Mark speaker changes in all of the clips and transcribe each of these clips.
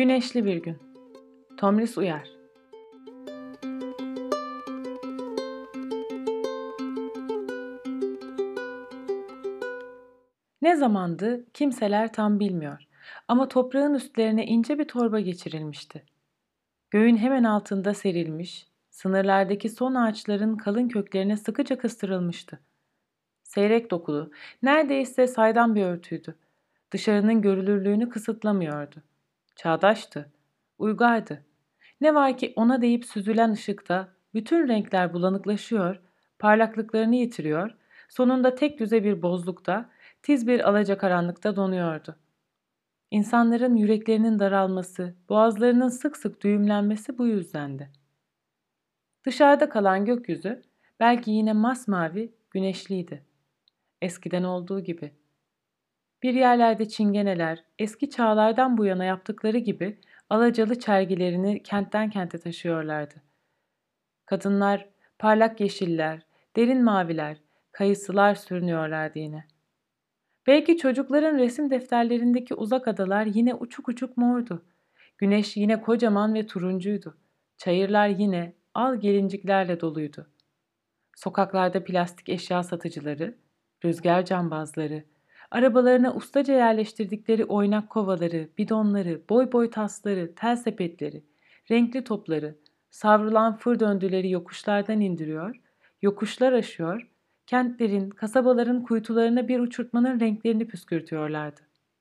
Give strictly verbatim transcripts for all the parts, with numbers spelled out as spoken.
Speaker 1: Güneşli bir gün. Tomris Uyar. Ne zamandı kimseler tam bilmiyor ama toprağın üstlerine ince bir torba geçirilmişti. Göğün hemen altında serilmiş, sınırlardaki son ağaçların kalın köklerine sıkıca kıstırılmıştı. Seyrek dokulu, neredeyse saydam bir örtüydü. Dışarının görülürlüğünü kısıtlamıyordu. Çağdaştı, uygardı. Ne var ki ona değip süzülen ışıkta bütün renkler bulanıklaşıyor, parlaklıklarını yitiriyor, sonunda tek düze bir bozlukta, tiz bir alacakaranlıkta donuyordu. İnsanların yüreklerinin daralması, boğazlarının sık sık düğümlenmesi bu yüzdendi. Dışarıda kalan gökyüzü belki yine masmavi, güneşliydi. Eskiden olduğu gibi. Bir yerlerde çingeneler, eski çağlardan bu yana yaptıkları gibi alacalı çergilerini kentten kente taşıyorlardı. Kadınlar parlak yeşiller, derin maviler, kayısılar sürünüyorlardı yine. Belki çocukların resim defterlerindeki uzak adalar yine uçuk uçuk mordu. Güneş yine kocaman ve turuncuydu. Çayırlar yine al gelinciklerle doluydu. Sokaklarda plastik eşya satıcıları, rüzgar cambazları, arabalarına ustaca yerleştirdikleri oynak kovaları, bidonları, boy boy tasları, tel sepetleri, renkli topları, savrulan fır döndüleri yokuşlardan indiriyor, yokuşlar aşıyor, kentlerin, kasabaların kuytularına bir uçurtmanın renklerini püskürtüyorlardı.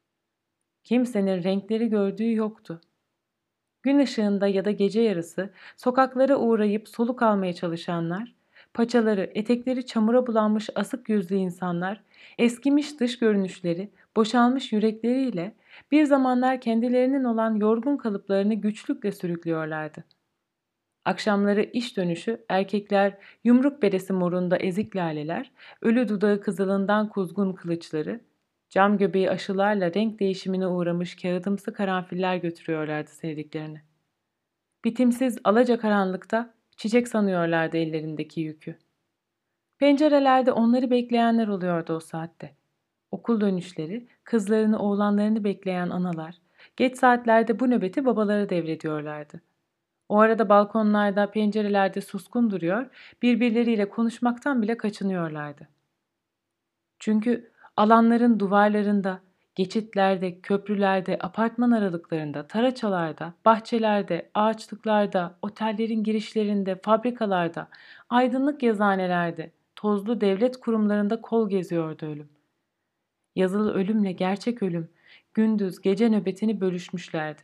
Speaker 1: Kimsenin renkleri gördüğü yoktu. Gün ışığında ya da gece yarısı sokaklara uğrayıp soluk almaya çalışanlar, paçaları, etekleri çamura bulanmış asık yüzlü insanlar, eskimiş dış görünüşleri, boşalmış yürekleriyle bir zamanlar kendilerinin olan yorgun kalıplarını güçlükle sürüklüyorlardı. Akşamları iş dönüşü erkekler yumruk beresi morunda ezik laleler, ölü dudağı kızılından kuzgun kılıçları, cam göbeği aşılarla renk değişimine uğramış kağıdımsı karanfiller götürüyorlardı sevdiklerini. Bitimsiz alacakaranlıkta çiçek sanıyorlardı ellerindeki yükü. Pencerelerde onları bekleyenler oluyordu o saatte. Okul dönüşleri, kızlarını oğlanlarını bekleyen analar, geç saatlerde bu nöbeti babalara devrediyorlardı. O arada balkonlarda, pencerelerde suskun duruyor, birbirleriyle konuşmaktan bile kaçınıyorlardı. Çünkü alanların duvarlarında, geçitlerde, köprülerde, apartman aralıklarında, taraçalarda, bahçelerde, ağaçlıklarda, otellerin girişlerinde, fabrikalarda, aydınlık yazıhanelerde, tozlu devlet kurumlarında kol geziyordu ölüm. Yazılı ölümle gerçek ölüm, gündüz gece nöbetini bölüşmüşlerdi.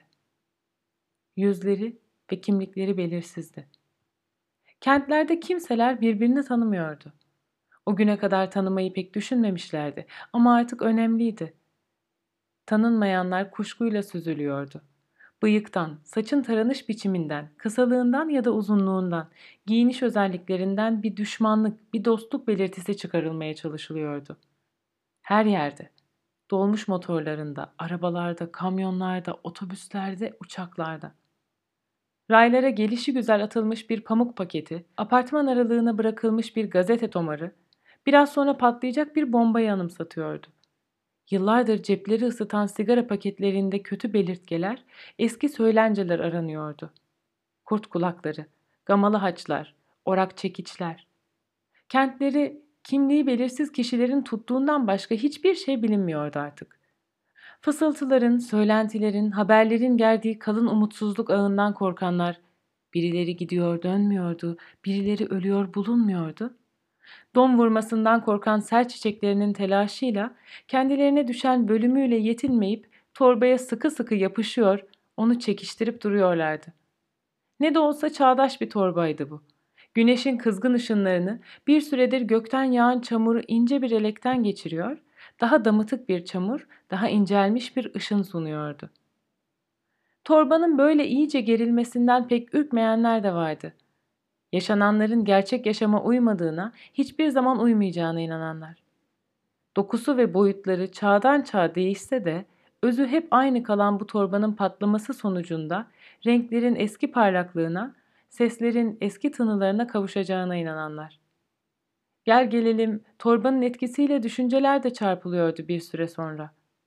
Speaker 1: Yüzleri ve kimlikleri belirsizdi. Kentlerde kimseler birbirini tanımıyordu. O güne kadar tanımayı pek düşünmemişlerdi ama artık önemliydi. Tanınmayanlar kuşkuyla süzülüyordu. Bıyıktan, saçın taranış biçiminden, kısalığından ya da uzunluğundan, giyiniş özelliklerinden bir düşmanlık, bir dostluk belirtisi çıkarılmaya çalışılıyordu. Her yerde, dolmuş motorlarında, arabalarda, kamyonlarda, otobüslerde, uçaklarda. Raylara gelişigüzel atılmış bir pamuk paketi, apartman aralığına bırakılmış bir gazete tomarı, biraz sonra patlayacak bir bombayı anımsatıyordu. Yıllardır cepleri ısıtan sigara paketlerinde kötü belirtgeler, eski söylenceler aranıyordu. Kurt kulakları, gamalı haçlar, orak çekiçler. Kentleri kimliği belirsiz kişilerin tuttuğundan başka hiçbir şey bilinmiyordu artık. Fısıltıların, söylentilerin, haberlerin gerdiği kalın umutsuzluk ağından korkanlar, birileri gidiyor dönmüyordu, birileri ölüyor bulunmuyordu. Don vurmasından korkan ser çiçeklerinin telaşıyla kendilerine düşen bölümüyle yetinmeyip torbaya sıkı sıkı yapışıyor, onu çekiştirip duruyorlardı. Ne de olsa çağdaş bir torbaydı bu. Güneşin kızgın ışınlarını bir süredir gökten yağan çamuru ince bir elekten geçiriyor, daha damıtık bir çamur, daha incelmiş bir ışın sunuyordu. Torbanın böyle iyice gerilmesinden pek ürkmeyenler de vardı. Yaşananların gerçek yaşama uymadığına, hiçbir zaman uymayacağına inananlar. Dokusu ve boyutları çağdan çağa değişse de, özü hep aynı kalan bu torbanın patlaması sonucunda renklerin eski parlaklığına, seslerin eski tınılarına kavuşacağına inananlar. Gel gelelim torbanın etkisiyle düşünceler de çarpılıyordu bir süre sonra.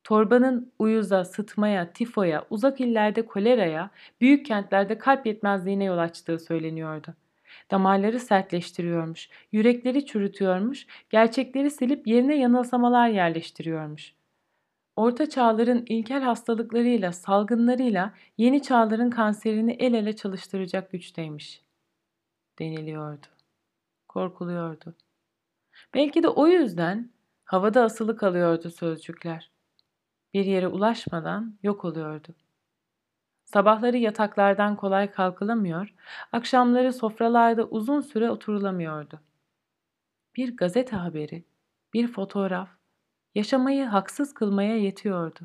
Speaker 1: Torbanın uyuza, sıtmaya, tifoya, uzak illerde koleraya, büyük kentlerde kalp yetmezliğine yol açtığı söyleniyordu. Damarları sertleştiriyormuş, yürekleri çürütüyormuş, gerçekleri silip yerine yanılsamalar yerleştiriyormuş. Orta çağların ilkel hastalıklarıyla, salgınlarıyla yeni çağların kanserini el ele çalıştıracak güçteymiş deniliyordu. Korkuluyordu. Belki de o yüzden havada asılı kalıyordu sözcükler. Bir yere ulaşmadan yok oluyordu. Sabahları yataklardan kolay kalkılamıyor, akşamları sofralarda uzun süre oturulamıyordu. Bir gazete haberi, bir fotoğraf, yaşamayı haksız kılmaya yetiyordu.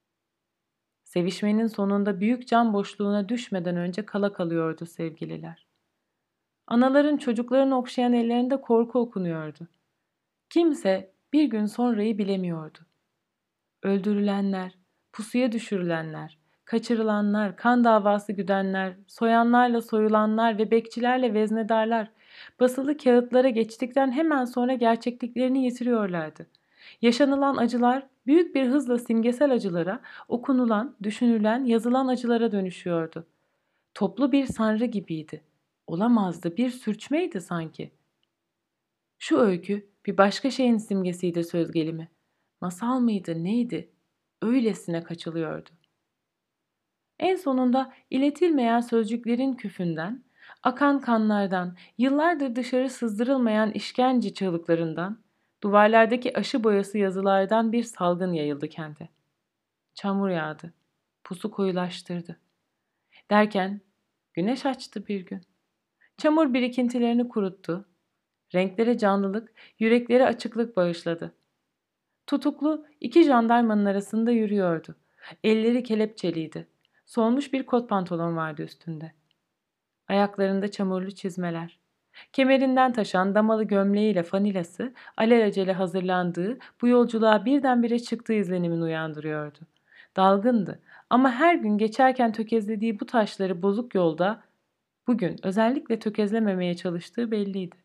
Speaker 1: Sevişmenin sonunda büyük can boşluğuna düşmeden önce kala kalıyordu sevgililer. Anaların çocuklarını okşayan ellerinde korku okunuyordu. Kimse bir gün sonrayı bilemiyordu. Öldürülenler, pusuya düşürülenler, kaçırılanlar, kan davası güdenler, soyanlarla soyulanlar ve bekçilerle veznedarlar basılı kağıtlara geçtikten hemen sonra gerçekliklerini yitiriyorlardı. Yaşanılan acılar büyük bir hızla simgesel acılara, okunulan, düşünülen, yazılan acılara dönüşüyordu. Toplu bir sanrı gibiydi. Olamazdı, bir sürçmeydi sanki. Şu öykü bir başka şeyin simgesiydi söz gelimi. Masal mıydı, neydi? Öylesine kaçılıyordu. En sonunda iletilmeyen sözcüklerin küfünden, akan kanlardan, yıllardır dışarı sızdırılmayan işkence çığlıklarından, duvarlardaki aşı boyası yazılardan bir salgın yayıldı kente. Çamur yağdı, pusu koyulaştırdı. Derken güneş açtı bir gün. Çamur birikintilerini kuruttu. Renklere canlılık, yüreklere açıklık bağışladı. Tutuklu iki jandarmanın arasında yürüyordu. Elleri kelepçeliydi. Solmuş bir kot pantolon vardı üstünde. Ayaklarında çamurlu çizmeler. Kemerinden taşan damalı gömleğiyle fanilası alelacele hazırlandığı bu yolculuğa birdenbire çıktığı izlenimin uyandırıyordu. Dalgındı ama her gün geçerken tökezlediği bu taşları bozuk yolda bugün özellikle tökezlememeye çalıştığı belliydi.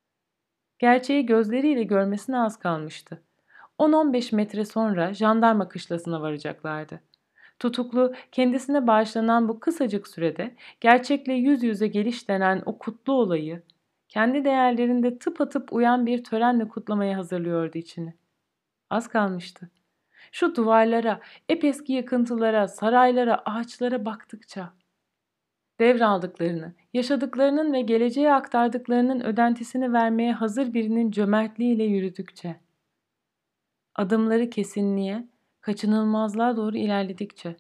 Speaker 1: Gerçeği gözleriyle görmesine az kalmıştı. on on beş metre sonra jandarma kışlasına varacaklardı. Tutuklu kendisine bağışlanan bu kısacık sürede gerçekle yüz yüze geliş denen o kutlu olayı kendi değerlerinde tıpatıp uyan bir törenle kutlamaya hazırlıyordu içini. Az kalmıştı. Şu duvarlara, epeski yıkıntılara, saraylara, ağaçlara baktıkça devraldıklarını, yaşadıklarının ve geleceğe aktardıklarının ödentisini vermeye hazır birinin cömertliğiyle yürüdükçe, adımları kesinliğe, kaçınılmazlığa doğru ilerledikçe.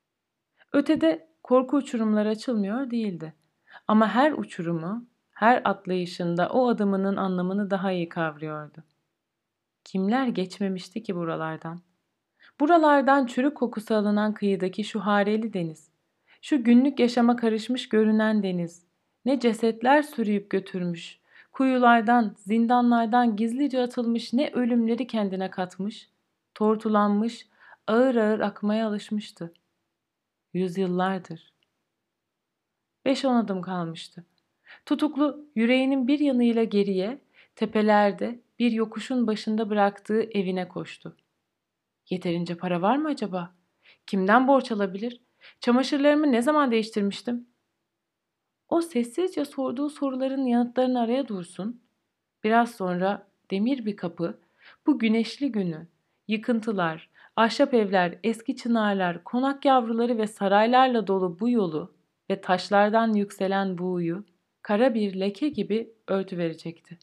Speaker 1: Ötede korku uçurumları açılmıyor değildi. Ama her uçurumu, her atlayışında o adımının anlamını daha iyi kavruyordu. Kimler geçmemişti ki buralardan? Buralardan çürük kokusu alınan kıyıdaki şu hareli deniz, şu günlük yaşama karışmış görünen deniz, ne cesetler sürüyüp götürmüş, kuyulardan, zindanlardan gizlice atılmış ne ölümleri kendine katmış, tortulanmış, ağır ağır akmaya alışmıştı. Yüzyıllardır. Beş on adım kalmıştı. Tutuklu yüreğinin bir yanıyla geriye, tepelerde bir yokuşun başında bıraktığı evine koştu. Yeterince para var mı acaba? Kimden borç alabilir? Çamaşırlarımı ne zaman değiştirmiştim? O sessizce sorduğu soruların yanıtlarını araya dursun. Biraz sonra demir bir kapı, bu güneşli günü, yıkıntılar, ahşap evler, eski çınarlar, konak yavruları ve saraylarla dolu bu yolu ve taşlardan yükselen buğuyu kara bir leke gibi örtüverecekti.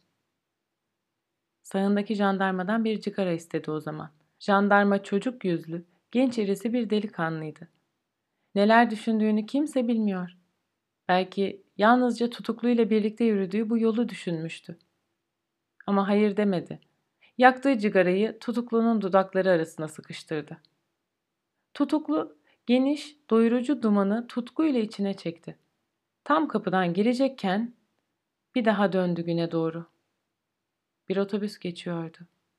Speaker 1: Sağındaki jandarmadan bir cigara istedi o zaman. Jandarma çocuk yüzlü, genç irisi bir delikanlıydı. Neler düşündüğünü kimse bilmiyor. Belki yalnızca tutukluyla birlikte yürüdüğü bu yolu düşünmüştü. Ama hayır demedi. Yaktığı cigarayı tutuklunun dudakları arasına sıkıştırdı. Tutuklu, geniş, doyurucu dumanı tutkuyla içine çekti. Tam kapıdan girecekken bir daha döndü güne doğru. Bir otobüs geçiyordu.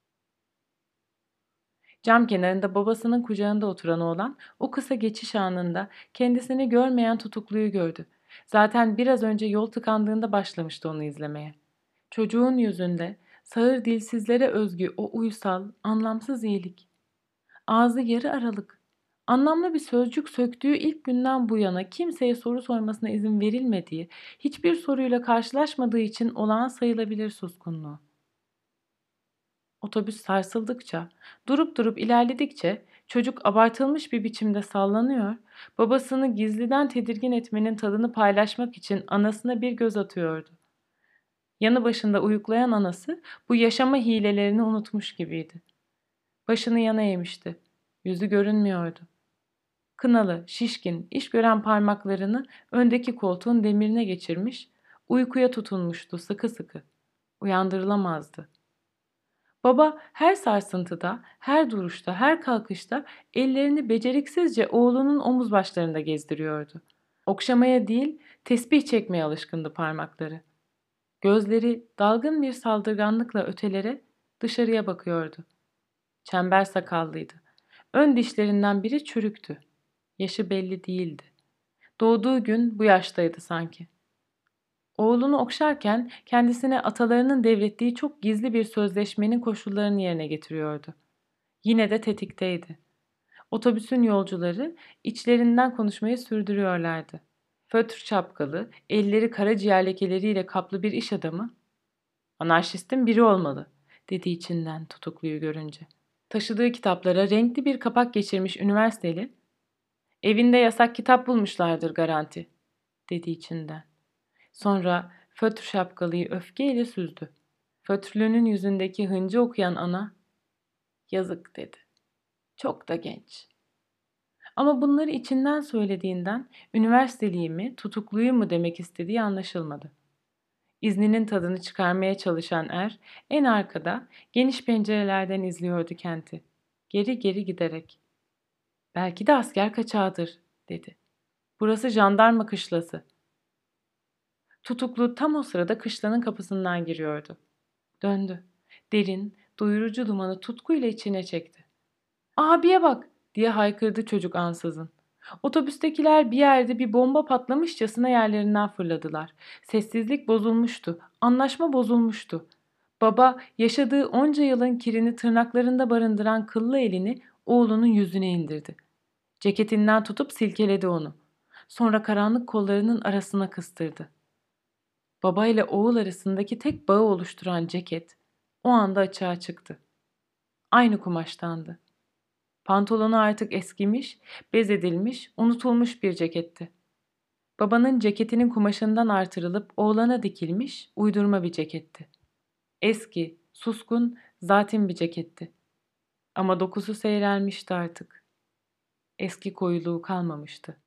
Speaker 1: Cam kenarında babasının kucağında oturan oğlan o kısa geçiş anında kendisini görmeyen tutukluyu gördü. Zaten biraz önce yol tıkandığında başlamıştı onu izlemeye. Çocuğun yüzünde sağır dilsizlere özgü o uysal, anlamsız iyilik. Ağzı yarı aralık. Anlamlı bir sözcük söktüğü ilk günden bu yana kimseye soru sormasına izin verilmediği, hiçbir soruyla karşılaşmadığı için olağan sayılabilir suskunluğu. Otobüs sarsıldıkça, durup durup ilerledikçe çocuk abartılmış bir biçimde sallanıyor, babasını gizliden tedirgin etmenin tadını paylaşmak için anasına bir göz atıyordu. Yanı başında uyuklayan anası bu yaşama hilelerini unutmuş gibiydi. Başını yana eğmişti. Yüzü görünmüyordu. Kınalı, şişkin, iş gören parmaklarını öndeki koltuğun demirine geçirmiş, uykuya tutunmuştu sıkı sıkı. Uyandırılamazdı. Baba her sarsıntıda, her duruşta, her kalkışta ellerini beceriksizce oğlunun omuz başlarında gezdiriyordu. Okşamaya değil, tesbih çekmeye alışkındı parmakları. Gözleri dalgın bir saldırganlıkla ötelere, dışarıya bakıyordu. Çember sakallıydı. Ön dişlerinden biri çürüktü. Yaşı belli değildi. Doğduğu gün bu yaştaydı sanki. Oğlunu okşarken kendisine atalarının devrettiği çok gizli bir sözleşmenin koşullarını yerine getiriyordu. Yine de tetikteydi. Otobüsün yolcuları içlerinden konuşmayı sürdürüyorlardı. Fötr şapkalı, elleri karaciğer lekeleriyle kaplı bir iş adamı, "Anarşistin biri olmalı," dedi içinden tutukluyu görünce. Taşıdığı kitaplara renkli bir kapak geçirmiş üniversiteli, "Evinde yasak kitap bulmuşlardır garanti," dedi içinden. Sonra fötr şapkalıyı öfkeyle süzdü. Fötrlünün yüzündeki hıncı okuyan ana, "Yazık," dedi. "Çok da genç." Ama bunları içinden söylediğinden üniversiteliği mi, tutukluyu mu demek istediği anlaşılmadı. İzninin tadını çıkarmaya çalışan er, en arkada geniş pencerelerden izliyordu kenti. Geri geri giderek. "Belki de asker kaçağıdır," dedi. "Burası jandarma kışlası." Tutuklu tam o sırada kışlanın kapısından giriyordu. Döndü. Derin, doyurucu dumanı tutkuyla içine çekti. "Abiye bak!" diye haykırdı çocuk ansızın. Otobüstekiler bir yerde bir bomba patlamışçasına yerlerinden fırladılar. Sessizlik bozulmuştu. Anlaşma bozulmuştu. Baba yaşadığı onca yılın kirini tırnaklarında barındıran kıllı elini oğlunun yüzüne indirdi. Ceketinden tutup silkeledi onu. Sonra karanlık kollarının arasına kıstırdı. Baba ile oğul arasındaki tek bağı oluşturan ceket o anda açığa çıktı. Aynı kumaştandı. Pantolonu artık eskimiş, bez edilmiş, unutulmuş bir ceketti. Babanın ceketinin kumaşından artırılıp oğlana dikilmiş, uydurma bir ceketti. Eski, suskun, zatin bir ceketti. Ama dokusu seyrelmişti artık. Eski koyuluğu kalmamıştı.